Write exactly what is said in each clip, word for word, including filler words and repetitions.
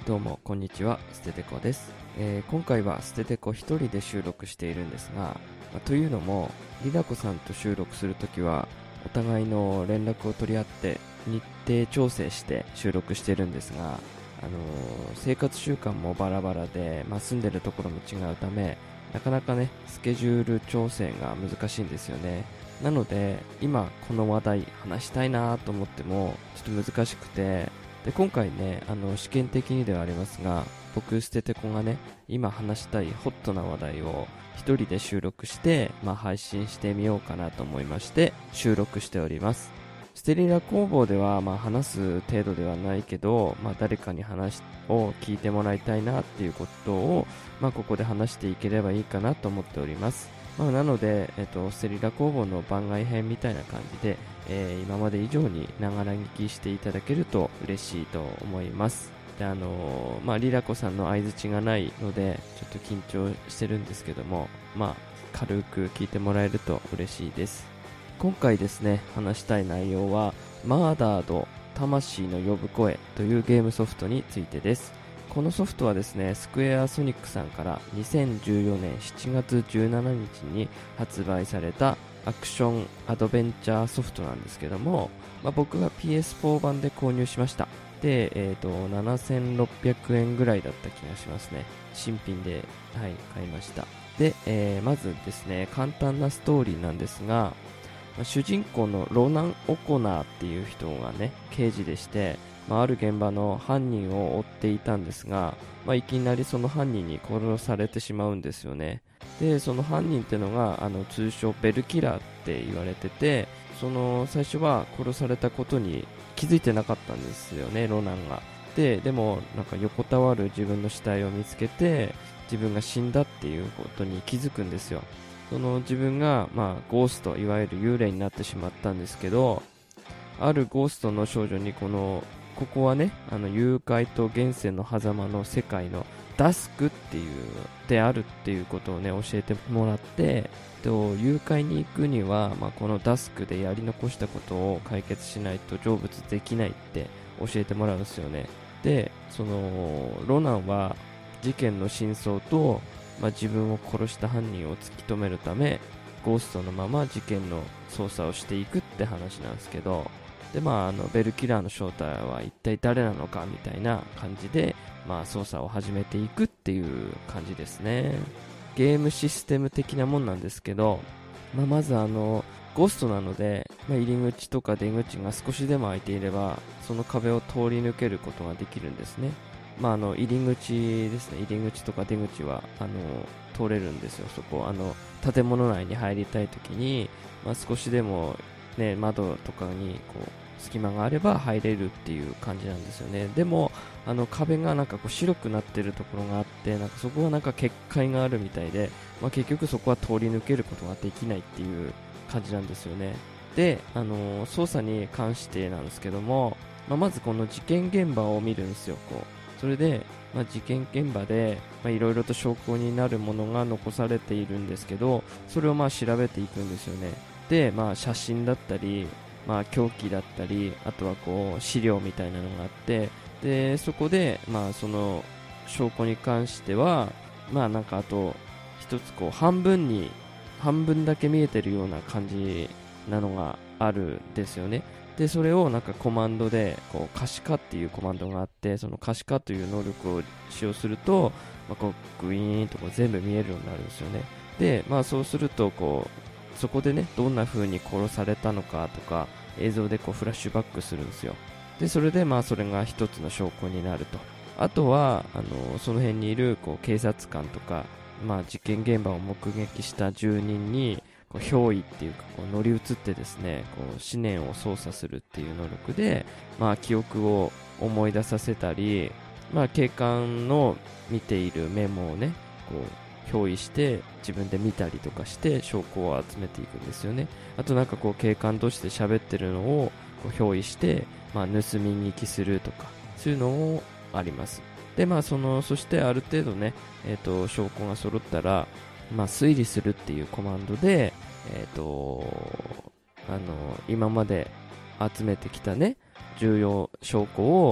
どうもこんにちは、ステテコです。えー今回はステテコ一人で収録しているんですが、まあというのもリラコさんと収録するときはお互いの連絡を取り合って日程調整して収録してるんですが、あのー生活習慣もバラバラで、まあ、住んでるところも違うためなかなかねスケジュール調整が難しいんですよね。なので今この話題話したいなと思ってもちょっと難しくて、で今回ねあの試験的にではありますが、僕ステテコがね今話したいホットな話題を一人で収録して、まあ、配信してみようかなと思いまして収録しております。ステリラ工房では、まあ、話す程度ではないけど、まあ、誰かに話を聞いてもらいたいなっていうことを、まあ、ここで話していければいいかなと思っております。まあ、なので、えっと、ステリラ工房の番外編みたいな感じで、えー今まで以上にながら聞きしていただけると嬉しいと思います。であのーまあ、リラコさんの相槌がないのでちょっと緊張してるんですけども、まあ、軽く聞いてもらえると嬉しいです。今回ですね話したい内容はマーダード魂の呼ぶ声というゲームソフトについてです。このソフトはですねスクエアソニックさんからにせんじゅうよねんしちがつじゅうしちにちに発売されたアクションアドベンチャーソフトなんですけども、まあ、僕が ピーエスフォー 版で購入しました。で、えーと、ななせんろっぴゃくえんぐらいだった気がしますね。新品で、はい、買いました。で、えーまずですね簡単なストーリーなんですが、まあ主人公のロナン・オコナーっていう人がね刑事でして、まあ、ある現場の犯人を追っていたんですが、まあ、いきなりその犯人に殺されてしまうんですよね。でその犯人っていうのがあの通称ベルキラーって言われてて、その最初は殺されたことに気づいてなかったんですよね、ロナンが。ででもなんか横たわる自分の死体を見つけて自分が死んだっていうことに気づくんですよ。その自分が、まあ、ゴースト、いわゆる幽霊になってしまったんですけど、あるゴーストの少女にこのここはねあの誘拐と現世の狭間の世界のダスクっていうであるっていうことをね教えてもらって、と誘拐に行くには、まあ、このダスクでやり残したことを解決しないと成仏できないって教えてもらうんですよね。でそのロナンは事件の真相と、まあ、自分を殺した犯人を突き止めるためゴーストのまま事件の捜査をしていくって話なんですけど、でまあ、あのベルキラーの正体は一体誰なのかみたいな感じで、まあ、捜査を始めていくっていう感じですね。ゲームシステム的なもんなんですけど、まあ、まずあのゴーストなので、まあ、入り口とか出口が少しでも開いていればその壁を通り抜けることができるんですね。まあ、あの入り口ですね、入り口とか出口はあの通れるんですよ。そこあの建物内に入りたいときに、まあ、少しでも、ね、窓とかにこう隙間があれば入れるっていう感じなんですよね。でもあの壁がなんかこう白くなってるところがあって、なんかそこはなんか結界があるみたいで、まあ、結局そこは通り抜けることができないっていう感じなんですよね。で、あのー捜査に関してなんですけども、まあ、まずこの事件現場を見るんですよ。こうそれで、まあ、事件現場でいろいろと証拠になるものが残されているんですけど、それをまあ調べていくんですよね。で、まあ、写真だったり、まあ、凶器だったり、あとはこう資料みたいなのがあって、でそこで、まあ、その証拠に関しては、まあ、なんかあと一つこう半分に半分だけ見えてるような感じなのがあるんですよね。でそれをなんかコマンドでこう可視化っていうコマンドがあって、その可視化という能力を使用すると、まあ、こうグイーンとこう全部見えるようになるんですよね。で、まあ、そうするとこうそこでねどんな風に殺されたのかとか映像でこうフラッシュバックするんですよ。でそれでまあそれが一つの証拠になると。あとはあのその辺にいるこう警察官とか、まあ、事件現場を目撃した住人にこう憑依っていうかこう乗り移ってですね、こう思念を操作するっていう能力で、まあ、記憶を思い出させたり、まあ、警官の見ているメモをねこう憑依して自分で見たりとかして証拠を集めていくんですよね。あとなんかこう警官として喋ってるのをこう憑依して、まあ、盗み聞きするとかそういうのをあります。でまあそのそしてある程度ね、えー、と証拠が揃ったら、まあ、推理するっていうコマンドで、えー、とあの今まで集めてきたね重要証拠を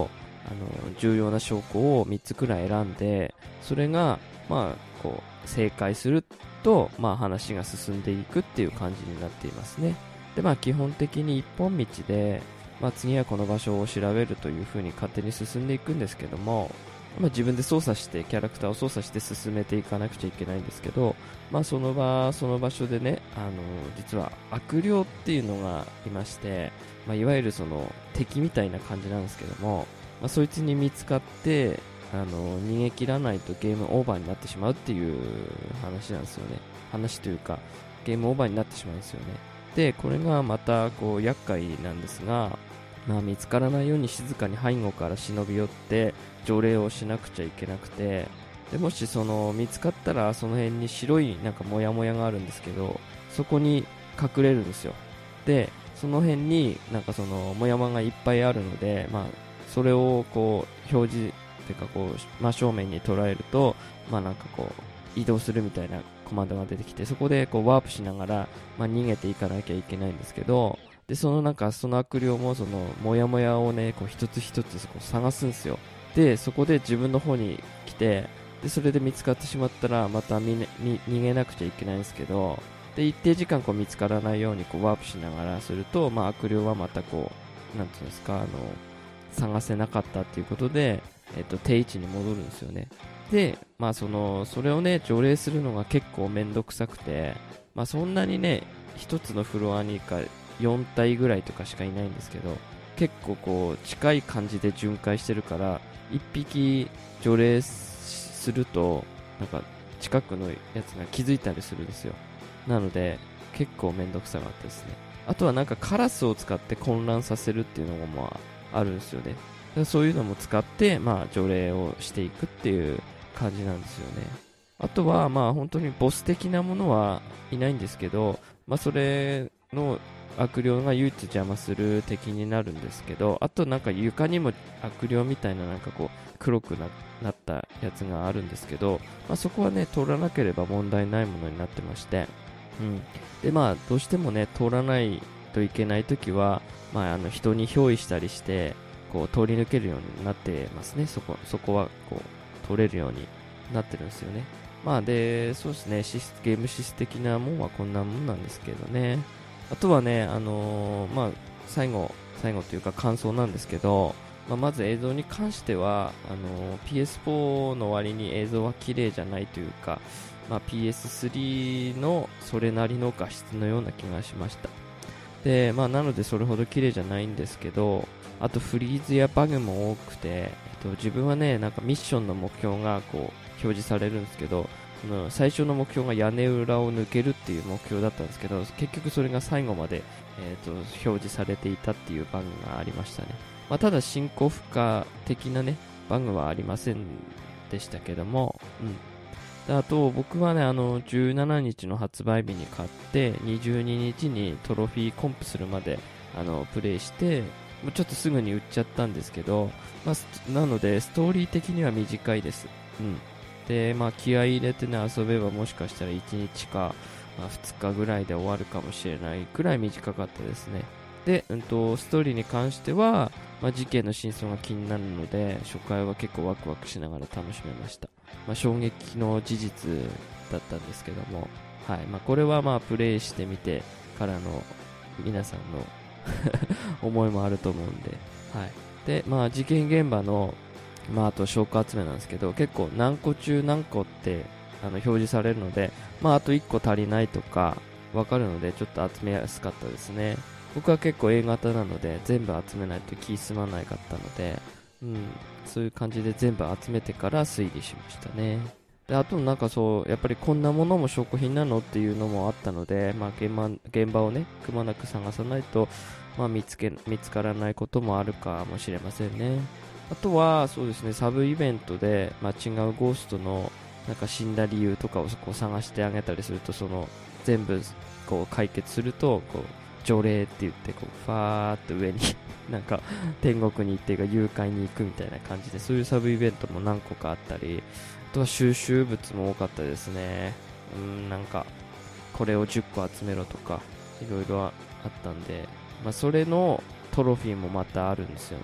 あの重要な証拠をみっつくらい選んで、それがまあこう正解すると、まあ、話が進んでいくっていう感じになっていますね。で、まあ、基本的に一本道で、まあ、次はこの場所を調べるという風に勝手に進んでいくんですけども、まあ、自分で操作してキャラクターを操作して進めていかなくちゃいけないんですけど、まあ、その場その場所でね、あの実は悪霊っていうのがいまして、まあ、いわゆるその敵みたいな感じなんですけども、まあ、そいつに見つかってあの逃げ切らないとゲームオーバーになってしまうっていう話なんですよね。話というかゲームオーバーになってしまうんですよね。でこれがまたこう厄介なんですが、まあ、見つからないように静かに背後から忍び寄って条例をしなくちゃいけなくて、でもしその見つかったらその辺に白いなんかモヤモヤがあるんですけど、そこに隠れるんですよ。でその辺になんかそのモヤモヤがいっぱいあるので、まあ、それをこう表示っていうかこう真正面に捉えると、まあ、なんかこう移動するみたいなコマンドが出てきて、そこでこうワープしながら、まあ、逃げていかなきゃいけないんですけど、でそのなんかその悪霊もそのモヤモヤをねこう一つ一つこう探すんですよ。でそこで自分の方に来て、でそれで見つかってしまったらまたみ、ね、み逃げなくちゃいけないんですけど、で一定時間こう見つからないようにこうワープしながらすると、まあ、悪霊はまたこうなんていうんですか、あの探せなかったっていうことで、えっと、定位置に戻るんですよね。で、まあ、そのそれをね除霊するのが結構めんどくさくて、まあ、そんなにね一つのフロアにかよん体ぐらいとかしかいないんですけど、結構こう近い感じで巡回してるからいっぴき除霊するとなんか近くのやつが気づいたりするんですよ。なので結構めんどくさかったですね。あとはなんかカラスを使って混乱させるっていうのもまああるんですよね。そういうのも使って、まあ、除霊をしていくっていう感じなんですよね。あとはまあ本当にボス的なものはいないんですけど、まあ、それの悪霊が唯一邪魔する敵になるんですけど、あとなんか床にも悪霊みたいななんかこう黒く な, なったやつがあるんですけど、まあ、そこはね通らなければ問題ないものになってまして、うん、でまあどうしてもね通らないといけないときは、まあ、あの人に憑依したりしてこう通り抜けるようになってますね。そこそこはこう通れるようになってるんですよね。まあでそうですね、シスゲームシス的なもんはこんなもんなんですけどね。あとはね、あのー、まあ最後最後というか感想なんですけど、まあ、まず映像に関してはあのー、ピーエスフォー の割に映像は綺麗じゃないというか、まあ、ピーエススリー のそれなりの画質のような気がしました。で、まあ、なのでそれほど綺麗じゃないんですけど、あとフリーズやバグも多くて、えっと、自分はねなんかミッションの目標がこう表示されるんですけど、その最初の目標が屋根裏を抜けるっていう目標だったんですけど、結局それが最後まで、えー、と表示されていたっていうバグがありましたね。まあ、ただ進行不可的なねバグはありませんでしたけども、うん、であと僕はねあのじゅうしちにちの発売日に買ってにじゅうににちにトロフィーコンプするまであのプレイしてちょっとすぐに売っちゃったんですけど、まあ、なのでストーリー的には短いです。うんでまあ、気合い入れて、ね、遊べばもしかしたらいちにちか、まあ、ふつかぐらいで終わるかもしれないくらい短かったですね。で、うん、とストーリーに関しては、まあ、事件の真相が気になるので初回は結構ワクワクしながら楽しめました。まあ、衝撃の事実だったんですけども、はいまあ、これはまあプレイしてみてからの皆さんの思いもあると思うんで、はいでまあ、事件現場のまあ、あと証拠集めなんですけど、結構何個中何個ってあの表示されるので、まあ、あといっこ足りないとか分かるのでちょっと集めやすかったですね。僕は結構 A 型なので全部集めないと気済まないかったので、うん、そういう感じで全部集めてから推理しましたね。であとなんかそうやっぱりこんなものも証拠品なのっていうのもあったので、まあ、現場、現場をねくまなく探さないと、まあ、見つけ、見つからないこともあるかもしれませんね。あとはそうですね、サブイベントで、まあ、違うゴーストのなんか死んだ理由とかをそこを探してあげたりすると、その全部こう解決するとこう除霊って言ってこうファーっと上になんか天国に行って誘拐に行くみたいな感じで、そういうサブイベントも何個かあったり、あとは収集物も多かったですね。うんなんかこれをじゅっこ集めろとかいろいろあったんで、まあ、それのトロフィーもまたあるんですよね。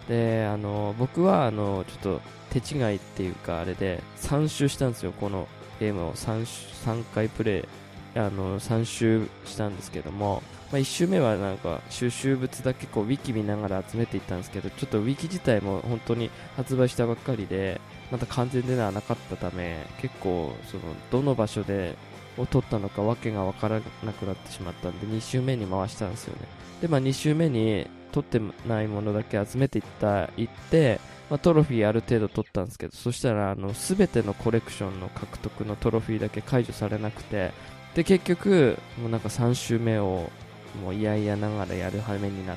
で、あの僕はあのちょっと手違いっていうかあれでさん周したんですよ。このゲームを 3, さんかいプレイ、あのさん周したんですけども、まあ、いち周目はなんか収集物だけこうウィキ見ながら集めていったんですけど、ちょっとウィキ自体も本当に発売したばっかりでまた完全ではなかったため、結構そのどの場所でを取ったのかわけが分からなくなってしまったんでに周目に回したんですよね。で、まあ、に周目に取ってないものだけ集めていったいって、まあ、トロフィーある程度取ったんですけど、そしたらあの全てのコレクションの獲得のトロフィーだけ解除されなくて、で結局もうなんかさん周目をもういやいやながらやる羽目になって、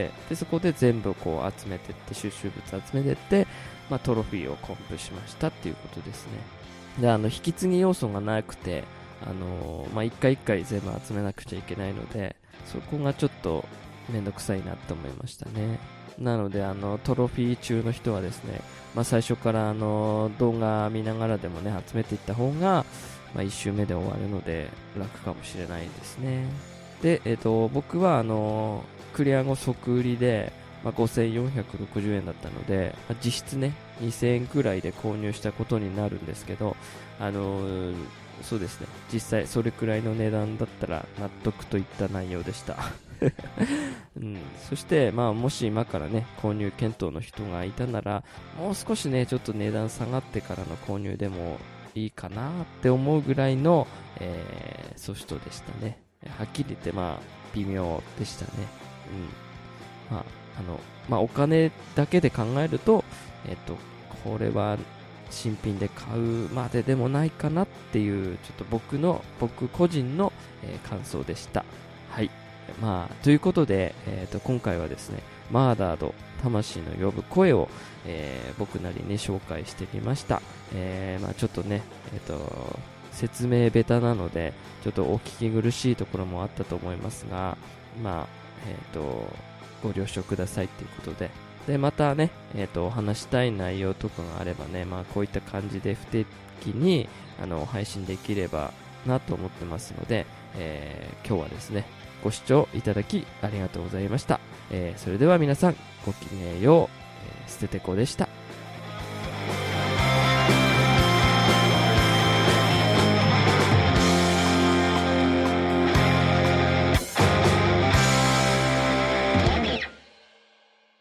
でそこで全部こう集めてって収集物集めてって、まあ、トロフィーをコンプしましたっていうことですね。で、あの引き継ぎ要素がなくて、あのーまあ、一回一回全部集めなくちゃいけないので、そこがちょっとめんどくさいなと思いましたね。なのであのトロフィー中の人はですね、まあ、最初からあの動画見ながらでもね集めていった方が、まあ、いち周目で終わるので楽かもしれないですね。で、えーと、僕はあのクリア後即売りで、まあ、ごせんよんひゃくろくじゅうえんだったので、まあ、実質ねにせんえんくらいで購入したことになるんですけど、あのー、そうですね、実際それくらいの値段だったら納得といった内容でした、うん、そして、まあ、もし今からね購入検討の人がいたなら、もう少しねちょっと値段下がってからの購入でもいいかなって思うぐらいの、えー、ソフトでしたね。はっきり言ってまあ微妙でしたね。うん、まああのまあ、お金だけで考えると、えっと、これは新品で買うまででもないかなっていうちょっと僕の僕個人の、えー、感想でした。はい、まあ、ということで、えー、と今回はですねマーダード魂の呼ぶ声を、えー、僕なりに紹介してみました。えーまあ、ちょっとね、えー、と説明ベタなのでちょっとお聞き苦しいところもあったと思いますが、まあえー、とご了承くださいということで、でまたね、えー、と話したい内容とかがあればね、まあ、こういった感じで不定期にあの配信できればなと思ってますので、えー、今日はですねご視聴いただきありがとうございました。えー、それでは皆さんごきげんよう。えー、ステテコでした。